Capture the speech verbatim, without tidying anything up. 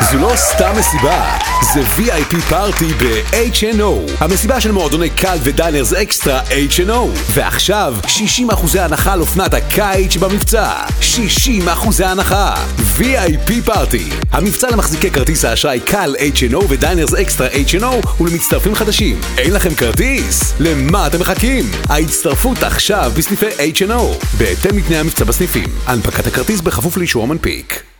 זו לא סתם מסיבה, זה וי איי פי פארטי ב-אייץ' אנד או, המסיבה של מועדוני קל ודיינרס אקסטרה אייץ' אנד או. ועכשיו שישים אחוזי הנחה על אופנת הקיץ במבצע. שישים אחוזי הנחה. וי איי פי פארטי, המבצע למחזיקי כרטיס האשראי קל אייץ' אנד או ודיינרס אקסטרה אייץ' אנד או ולמצטרפים חדשים. אין לכם כרטיס? למה אתם מחכים? ההצטרפות עכשיו בסניפי אייץ' אנד או, בהתאם לתנאי המבצע בסניפים. הנפקת הכרטיס בכפוף לאישור המנפיק.